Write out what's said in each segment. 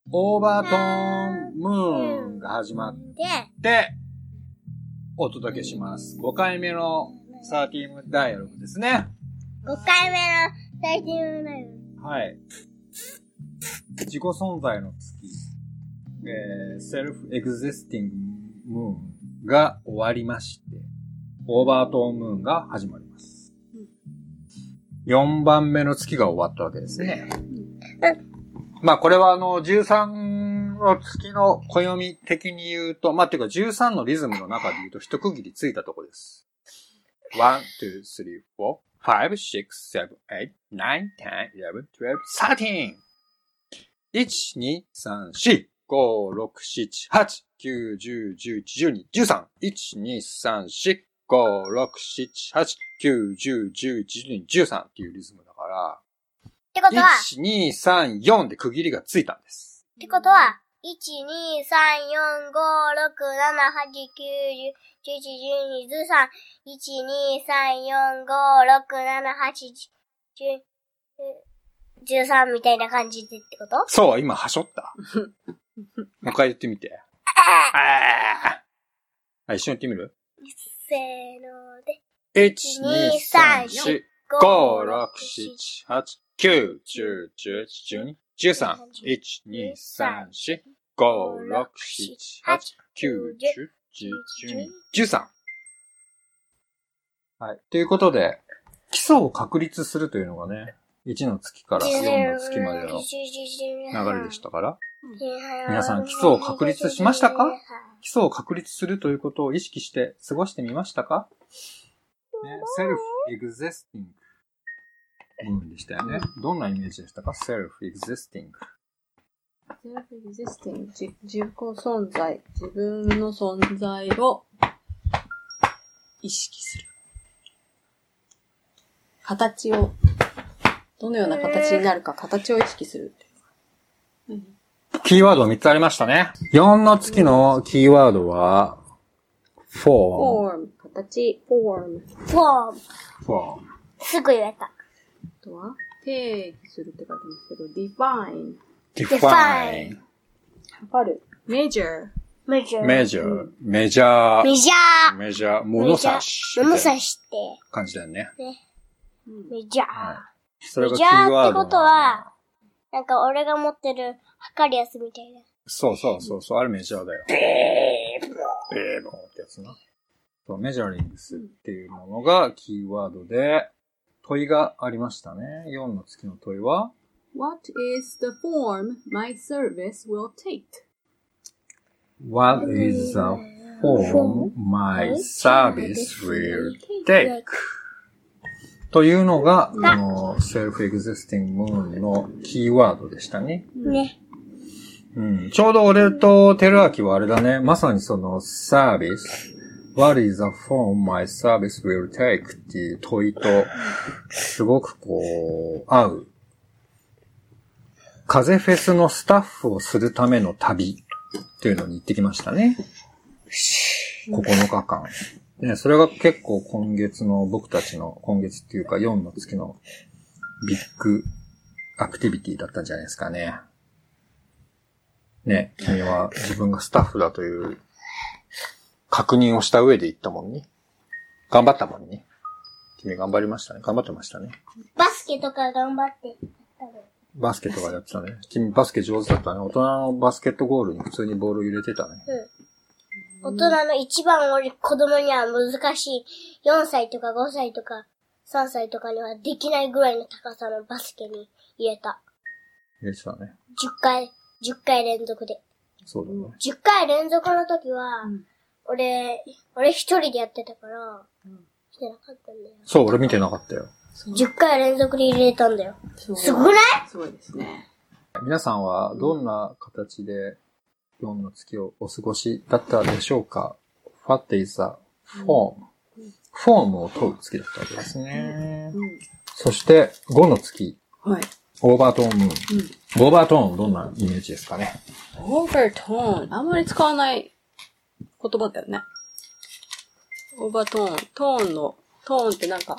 オーバートーンムーンが始まって、お届けします。5回目のサーティームダイアログですね。 5回目のサーティームダイアログ。 はい。自己存在の月、セルフエグゼスティングムーンが終わりまして、オーバートーンムーンが始まります。4番目の月が終わったわけですね。まあこれは13の月の暦的に言うと、まあていうか13のリズムの中で言うと一区切りついたところです。1, 2, 3, 4, 5, 6, 7, 8, 9, 10, 11, 12, 13! 1, 2, 3, 4, 5, 6, 7, 8, 9, 10, 11, 12, 13! 1, 2, 3, 4, 5, 6, 7, 8, 9, 10, 11, 12, 13っていうリズムだから、 ってことは、 1、2、3、4で区切りがついたんです。 ってことは、1、2、3、4、5、6、7、8、9、10、11、12、13、1、2、3、4、5、6、7、8、10、13みたいな感じでってこと？ そう、今、はしょった。もう一回言ってみて。一緒に言ってみる？ せーので。 1、2、3、4、5、6、7、8、9、10、11、12、13、1、2、3、4、5、6、7、8、9、10、11、12、13。はい。ということで、基礎を確立するというのがね、1の月から4の月までの流れでしたから、皆さん基礎を確立しましたか？基礎を確立するということを意識して過ごしてみましたか？ね、セルフエグゼスティング。でしたよね。どんなイメージでしたか？ self-existing。 self-existing。自己存在。自分の存在を意識する。形を、どのような形になるか、形を意識する。 キーワード3つありましたね。4の月のキーワードは、form。 形。form。 すぐ言えた。 あとは定義するって書いてますけど、 define。 測る。measure。 メジャー。物差し。 物差しって。 感じだよね。 メジャー。 はい、それがメキーワード。 ジャーってことは、なんか俺が持ってる測るやつみたいな。 そう。あれメジャーだよ。ベーボーってやつな。そう、メジャリングスっていうものがキーワードで、問いがありましたね。4の月の問いは What is the form my service will take? What is the form my service will take? というのが、この self-existing moon のキーワードでしたね。 ね。 うん。ちょうど俺とテルアキはあれだね。まさにそのサービス。What is the form my service will take? っていう問いと、すごくこう、合う。風フェスのスタッフをするための旅っていうのに行ってきましたね。9日間。ね、それが結構今月の僕たちの今月っていうか4の月のビッグアクティビティだったんじゃないですかね。ね、君は自分がスタッフだという確認をした上で行ったもんね。頑張ったもんね。君頑張りましたね。頑張ってましたね。 バスケとか頑張ってやったの。 バスケとかやってたね。君バスケ上手だったね。大人のバスケットゴールに普通にボール入れてたね。 大人の一番子供には難しい4歳とか5歳とか3歳とかにはできないぐらいの高さのバスケに入れた。 入れてたね。 10回連続で。 そうだね。 10回連続の時は、俺一人でやってたから、してなかったんだよ。 そう、俺見てなかったよ。 10回連続で入れたんだよ。すごくない？ すごいですね。 皆さんはどんな形で4の月をお過ごしだったでしょうか？ What is the form? フォームを問う月だったわけですね。そして5の月。 はい。 オーバートーンムーン。オーバートーンどんなイメージですかね？ オーバートーン。あんまり使わない言葉だよね。オーバートーン。トーンってなんか、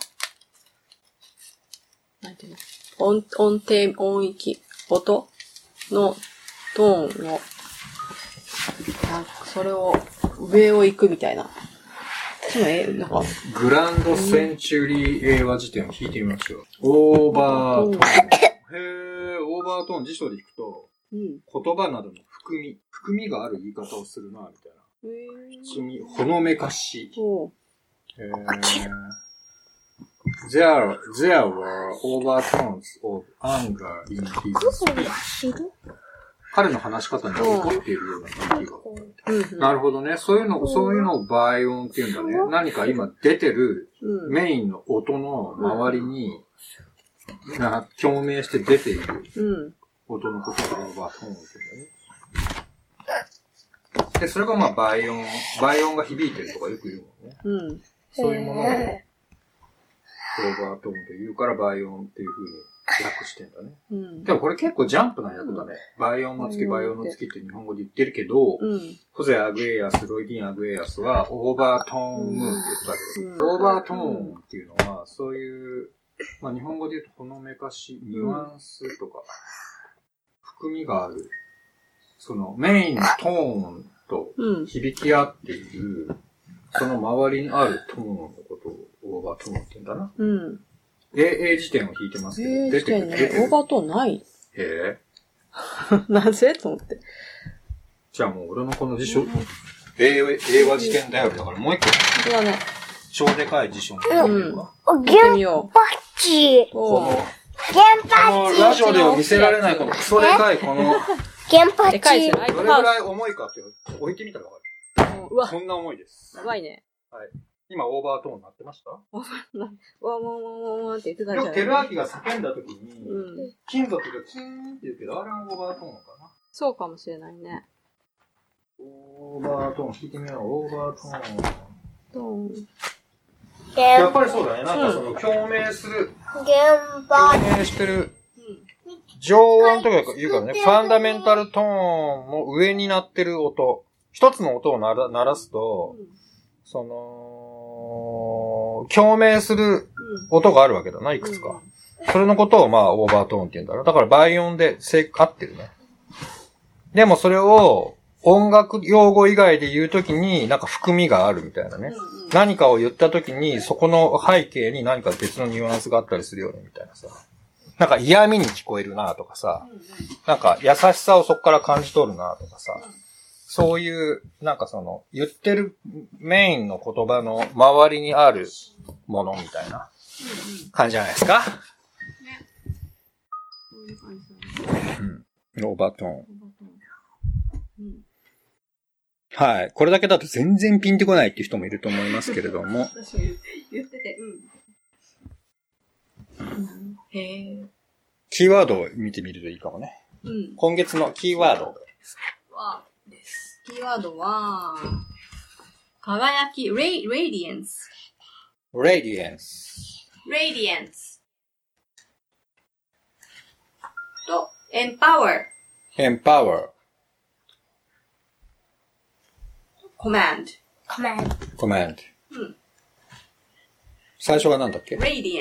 なんていうの？音程、音域、音のトーンを、なんかそれを、上を行くみたいな。なんか、 グランドセンチュリー英和辞典を引いてみましょう。オーバートーン。オーバートーン辞書で引くと、言葉などの含みがある言い方をするな、みたいな。ほのめかし。There were overtones of anger in his speech. 彼の話し方に怒っているような雰囲気が。なるほどね。そういうのを倍音っていうんだね。何か今出てるメインの音の周りに、共鳴して出ている音のことをオーバートーンって言うんだね。で、それがまあ倍音が響いてるとかよく言うもんね。そういうものをオーバートーンと言うから倍音っていう風に訳してんだね。でもこれ結構ジャンプな訳だね。倍音の月って日本語で言ってるけど、ホゼ・アグエアス、ロイディン・アグエアスはオーバートーンムーンって言ってたけど、オーバートーンっていうのはそういう、まあ日本語で言うとほのめかし、ニュアンスとか、含みがある、そのメインのトーンと響き合っている、その周りにあるトーンのことをオーバートーンって言うんだな。英辞典を引いてますけど。 出てるね。オーバートーンない。なぜと思って。 じゃあもう俺のこの辞書、英和辞典だよりだからもう一個。 そうだね。 超でかい辞書に見てみようか。 原発このラジオでは見せられないこのクソでかいこの原発でかいですよ。 どれぐらい重いかっていう置いてみたらわかる。 うわ。 こんな重いです。 やばいね。 はい。今オーバートーンになってました？ ワンって言ってたじゃん。 よくテルアキが叫んだ時に、金属がキーンって言うけど、あれもオーバートーンかな。 そうかもしれないね。 オーバートーン聞いてみよう。オーバートーン。やっぱりそうだね。なんかその共鳴する、共鳴してる、常音とか言うからね、ファンダメンタルトーンも上になってる音。一つの音を鳴らすと、その、共鳴する音があるわけだな、いくつか。それのことをまあオーバートーンって言うんだろう。だから倍音で合ってるね。でもそれを音楽用語以外で言うときになんか含みがあるみたいなね。何かを言ったときにそこの背景に何か別のニュアンスがあったりするよねみたいなさ。なんか嫌味に聞こえるなとかさ。なんか優しさをそこから感じ取るなとかさ。そういう、なんかその、言ってるメインの言葉の周りにあるものみたいな感じじゃないですか。オーバートーン。はい。これだけだと全然ピンってこないっていう人もいると思いますけれども。 私言ってて、へー。 キーワードを見てみるといいかもね。今月のキーワード。 キーワードは、輝き、radiance。と、empower。command。 最初が何だっけ？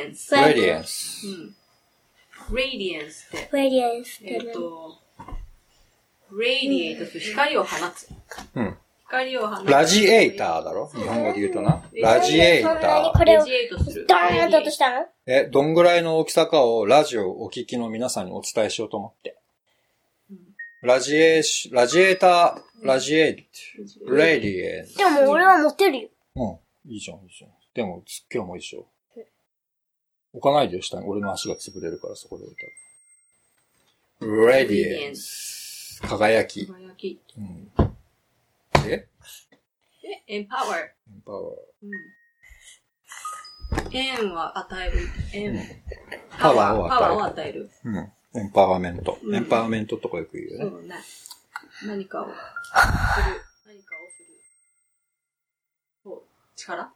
radiance。radiance って。radiate する光を放つ。光を放つ。 ラジエーターだろ？日本語で言うとな。ラジエーター。 これをラジエートする。 ドーンと落としたの？ どんぐらいの大きさかをラジオをお聞きの皆さんにお伝えしようと思って。ラジエーター、ラディエでも俺は持ってるよ。 いいじゃん。でも、今日もいいでしょ。置かないでよ、下に。俺の足が潰れるからそこで置いたら。ラディエンス。輝き。 エンパワー。円は与える。 パワーを与える。 エンパワーメント。エンパワーメントとかよく言うよね。 そうね。何かをする。力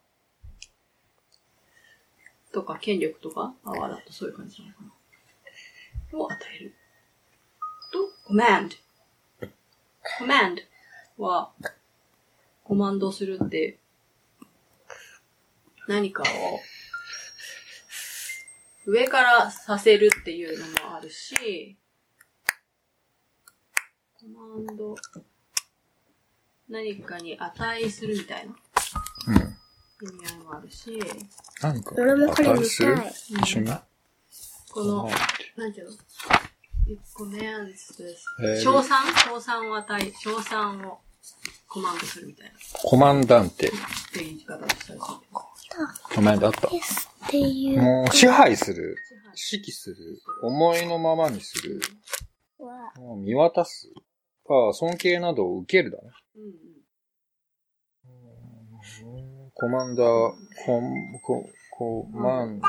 とか権力とかパワーだとそういう感じなのかな。を与える。と、command はコマンドするって何かを上からさせるっていうのもあるし、 マンド、何かに値するみたいな意味合いもあるし、 何か俺もこれ見たい値する一緒に。 この、なんていうの ?It commands this. 称賛をコマンドするみたいな。 コマンダンテ。 っていう言い方をしたりする。 コマンダント。 っていう。 もう支配する。指揮する。思いのままにする。見渡す。尊敬などを受けるだね。コマンダー、コマンダ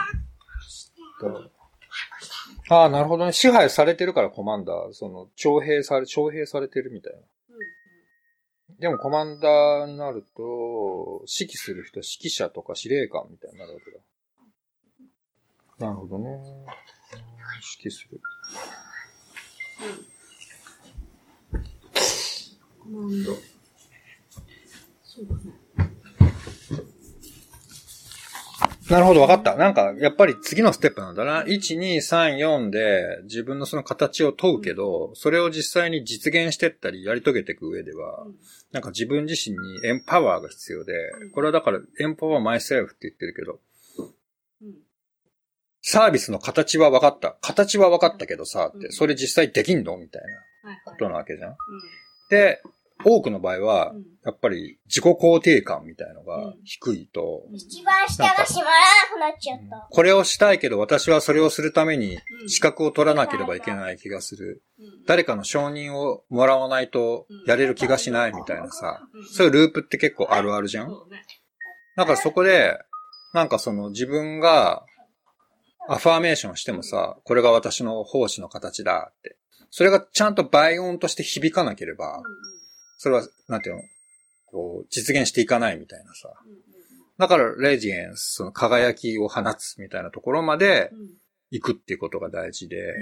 ー。なるほどね。支配されてるからコマンダー。徴兵されてるみたいな。でもコマンダーになると、指揮する人、指揮者とか司令官みたいになるわけだ。なるほどね。指揮する。 コマンド。そうだね。 なるほど、わかった。なんか、やっぱり次のステップなんだな。1、2、3、4で自分のその形を問うけど、それを実際に実現してったりやり遂げていく上では、なんか自分自身にエンパワーが必要で、これはだからエンパワーマイセルフって言ってるけど、サービスの形は分かった。形は分かったけどさ、って、それ実際できんのみたいなことなわけじゃん。で、多くの場合は、やっぱり自己肯定感みたいのが低いと、 一番下が閉まらなくなっちゃった。 これをしたいけど私はそれをするために資格を取らなければいけない気がする。誰かの承認をもらわないとやれる気がしないみたいなさ、そういうループって結構あるあるじゃん。だからそこで、なんか自分がアファーメーションしてもさ、これが私の奉仕の形だって。それがちゃんと倍音として響かなければ、それは、なんていうの実現していかないみたいなさ。だから、レジエンス、輝きを放つみたいなところまで行くっていうことが大事で、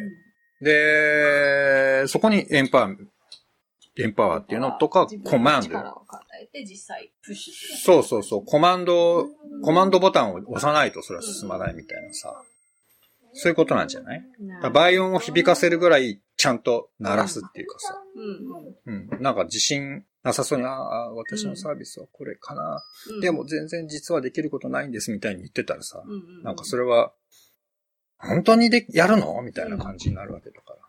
で、そこにエンパワーっていうのとか、コマンド。そう。コマンドボタンを押さないとそれは進まないみたいなさ。そういうことなんじゃない？倍音を響かせるぐらいちゃんと鳴らすっていうかさ。なんか自信なさそうに、私のサービスはこれかな。でも全然実はできることないんですみたいに言ってたらさ、なんかそれは、本当にやるのみたいな感じになるわけだから。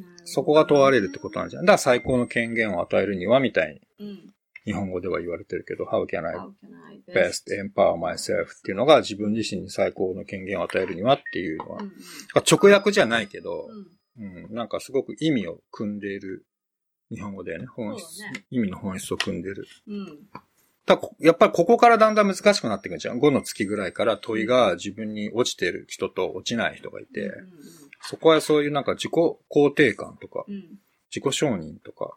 そこが問われるってことなんじゃん。だから最高の権限を与えるにはみたいに、日本語では言われてるけど、How can I best empower myself っていうのが自分自身に最高の権限を与えるにはっていうのは、直訳じゃないけど、なんかすごく意味を組んでいる日本語だよね。意味の本質を組んでる。やっぱりここからだんだん難しくなってくるじゃん。5の月ぐらいから問いが自分に落ちてる人と落ちない人がいて、そこはそういうなんか自己肯定感とか、自己承認とか、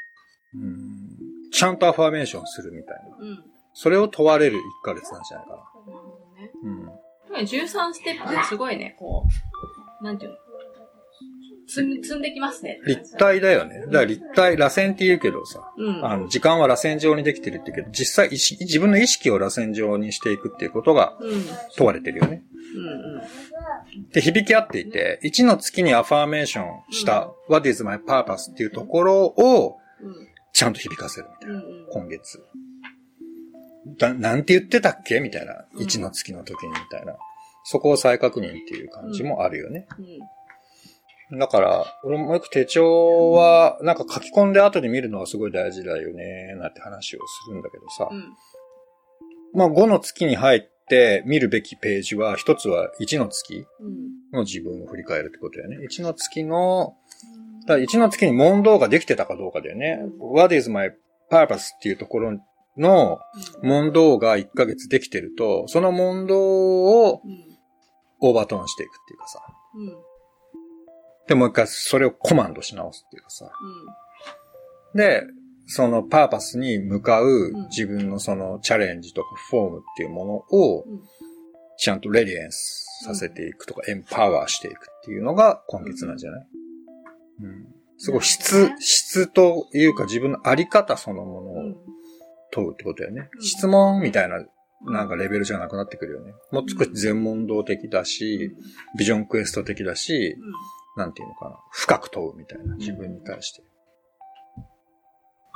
ちゃんとアファーメーションするみたいな。それを問われる1ヶ月なんじゃないかな。 13ステップですごいね、なんていうの積んできますね。 立体だよね。だから立体、螺旋って言うけどさ、時間は螺旋状にできてるって言うけど、実際自分の意識を螺旋状にしていくっていうことが問われてるよね。で、響き合っていて、1の月にアファーメーションした、What is my purpose っていうところを、ちゃんと響かせるみたいな。今月。なんて言ってたっけみたいな。1の月の時にみたいな。そこを再確認っていう感じもあるよね。だから、俺もよく手帳は、なんか書き込んで後で見るのがすごい大事だよね、なんて話をするんだけどさ。まあ5の月に入って見るべきページは、一つは1の月の自分を振り返るってことだよね。1の月の、だから1の月に問答ができてたかどうかだよね。What is my purpose っていうところの問答が1ヶ月できてると、その問答をオーバートーンしていくっていうかさ。で、もう一回それをコマンドし直すっていうかさ。で、そのパーパスに向かう自分のそのチャレンジとかフォームっていうものをちゃんとレディエンスさせていくとかエンパワーしていくっていうのが今月なんじゃない？すごい質というか自分のあり方そのものを問うってことだよね。質問みたいななんかレベルじゃなくなってくるよね。もう少し全問答的だし、ビジョンクエスト的だし、なんていうのかな。深く問うみたいな、自分に対して。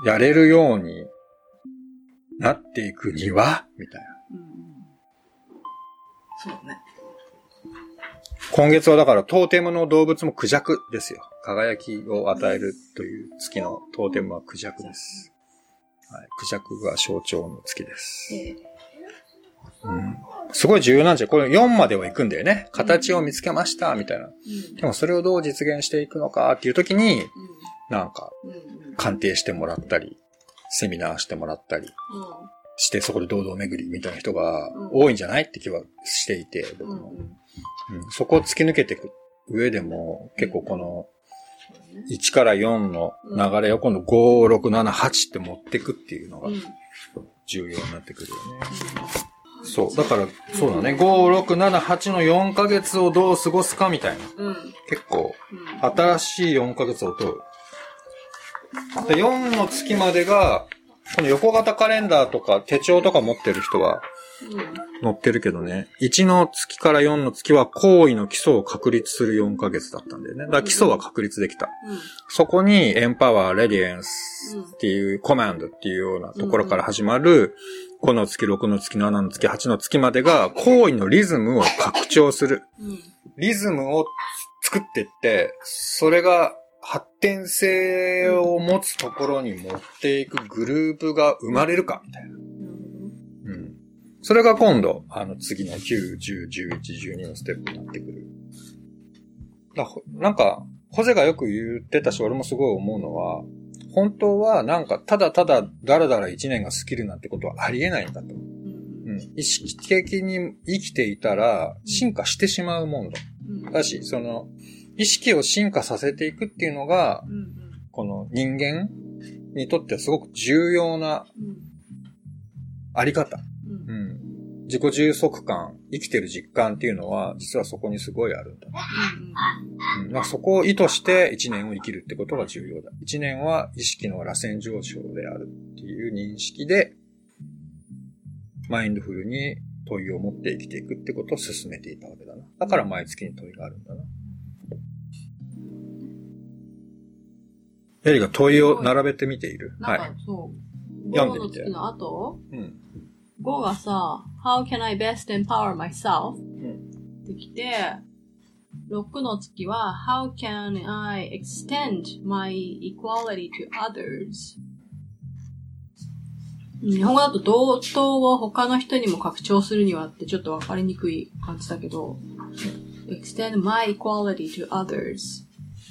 やれるようになっていくには、みたいな。 そうね。 今月はだからトーテムの動物もクジャクですよ。輝きを与えるという月のトーテムはクジャクです。はい、クジャクが象徴の月です。すごい重要なんじゃ、これ4までは行くんだよね。形を見つけました、みたいな。でもそれをどう実現していくのかっていう時に、なんか、鑑定してもらったり、セミナーしてもらったりして、そこで堂々巡りみたいな人が多いんじゃないって気はしていて、僕も。そこを突き抜けていく上でも、結構この、1から4の流れを今度5、6、7、8って持っていくっていうのが重要になってくるよね。そう。だから、そうだね。5、6、7、8の4ヶ月をどう過ごすかみたいな。結構、新しい4ヶ月を問う。で、4の月までが、この横型カレンダーとか手帳とか持ってる人は、載ってるけどね。1の月から4の月は行為の基礎を確立する4ヶ月だったんだよね。だから基礎は確立できた。そこにエンパワー、レディエンスっていうコマンドっていうようなところから始まる5の月、6の月、7の月、8の月までが行為のリズムを拡張する。リズムを作ってって、それが発展性を持つところに持っていくグループが生まれるかみたいな。それが今度、次の9、10、11、12のステップになってくる。なんか、ホゼがよく言ってたし、俺もすごい思うのは、本当はなんか、ただただだらだら1年が過ぎるなんてことはありえないんだと。意識的に生きていたら、進化してしまうもんだし、その、意識を進化させていくっていうのが、この人間にとってはすごく重要なあり方。自己充足感、生きてる実感っていうのは、実はそこにすごいあるんだ。そこを意図して1年を生きるってことが重要だ。1年は意識の螺旋上昇であるっていう認識で、マインドフルに問いを持って生きていくってことを進めていたわけだな。だから毎月に問いがあるんだな。エリが問いを並べてみている。 はい。そう。 読んでみて。 5の月の後、5がさ、How can I best empower myself? ってきて、6の月は How can I extend my equality to others? 日本語だと同等を他の人にも拡張するにはってちょっとわかりにくい感じだけど、extend my equality to others.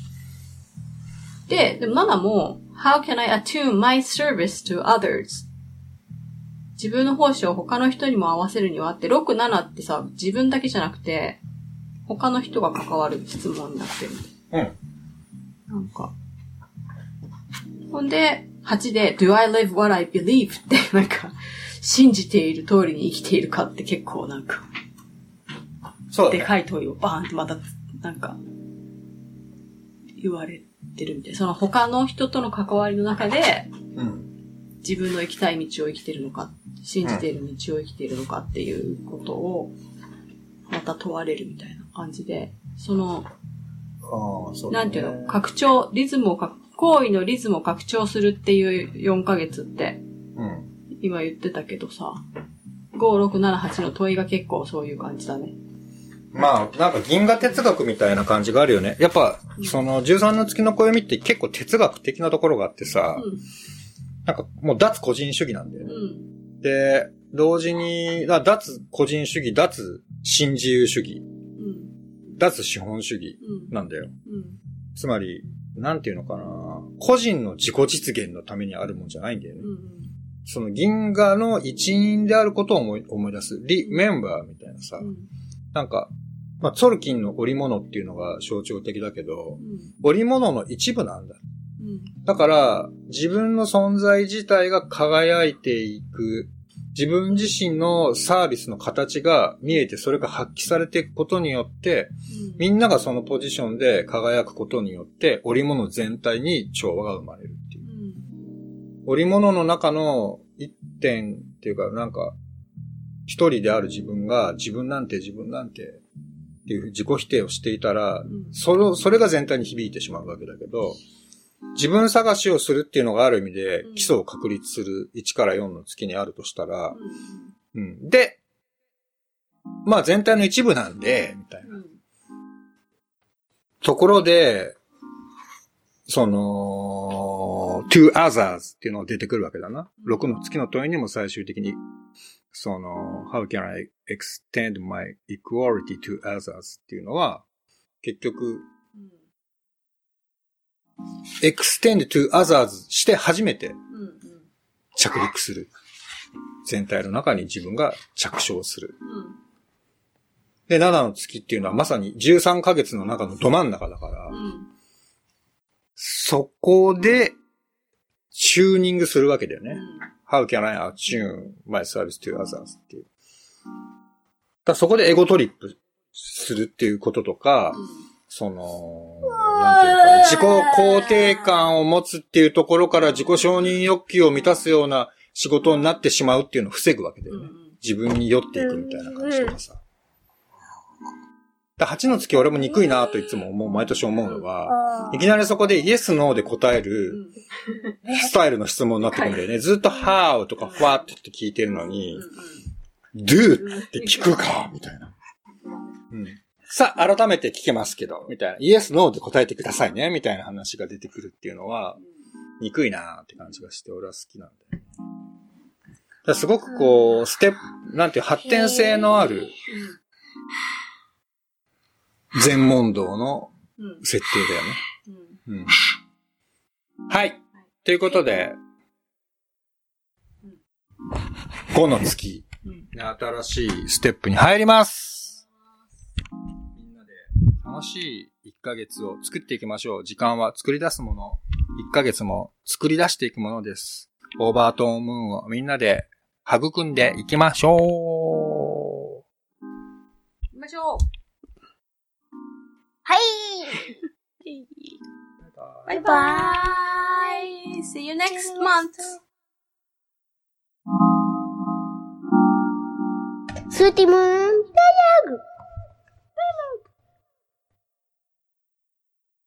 でも7も How can I attune my service to others? 自分の奉仕を他の人にも合わせるにはって、6、7ってさ、自分だけじゃなくて、他の人が関わる質問になってる。なんか。ほんで、8で、Do I live what I believe? って、なんか、信じている通りに生きているかって結構なんか、 そうだね、 でかい問いをバーンってまた、なんか、言われてるみたいな。その他の人との関わりの中で、自分の生きたい道を生きているのか、信じている道を生きているのかっていうことを、また問われるみたいな感じで、その、 そうね、 なんていうの、拡張、行為のリズムを拡張するっていう4ヶ月って、今言ってたけどさ、5、6、7、8の問いが結構そういう感じだね。 まあ、なんか銀河哲学みたいな感じがあるよね。やっぱ、その13の月の暦って結構哲学的なところがあってさ、なんかもう脱個人主義なんだよね。で、同時に、脱個人主義、脱新自由主義、脱資本主義なんだよ。つまり、なんていうのかな、個人の自己実現のためにあるもんじゃないんだよね。その銀河の一員であることを思い出す。リメンバーみたいなさ、なんか、まあ、ツォルキンの織物っていうのが象徴的だけど、織物の一部なんだ。だから、自分の存在自体が輝いていく、自分自身のサービスの形が見えて、それが発揮されていくことによって、みんながそのポジションで輝くことによって、織物全体に調和が生まれるっていう。織物の中の一点っていうか、なんか、一人である自分が自分なんてっていう自己否定をしていたら、それが全体に響いてしまうわけだけど、 自分探しをするっていうのがある意味で基礎を確立する1から4の月にあるとしたら、で、まあ全体の一部なんで、みたいな。ところで、その、to others っていうのが出てくるわけだな。6の月の問いにも最終的に、その、how can I extend my equality to others っていうのは、結局、extend to others して初めて着陸する。全体の中に自分が着床する。で、7の月っていうのはまさに13ヶ月の中のど真ん中だから、そこでチューニングするわけだよね。How can I attune my service to others っていう。だそこでエゴトリップするっていうこととか、その、なんていうか、自己肯定感を持つっていうところから自己承認欲求を満たすような仕事になってしまうっていうのを防ぐわけだよね。自分に酔っていくみたいな感じとかさ。8の月俺も憎いなといつも毎年思うのは、いきなりそこでイエス、ノーで答えるスタイルの質問になってくるんだよね。ずっと how とか what って聞いてるのに、do って聞くかみたいな。さあ、改めて聞けますけど、みたいな。イエス、ノーで答えてくださいね、みたいな話が出てくるっていうのは、憎いなって感じがして俺は好きなんだよ。だすごくこう、なんていう発展性のある、全問答の設定だよね。はい。ということで、5の月、新しいステップに入ります。みんなで楽しい1ヶ月を作っていきましょう。時間は作り出すもの。1ヶ月も作り出していくものです。オーバートーンムーンをみんなで育んでいきましょう。 行きましょう。 はい。 バイバイ。See you next month. スーティムーン、ダイアグ。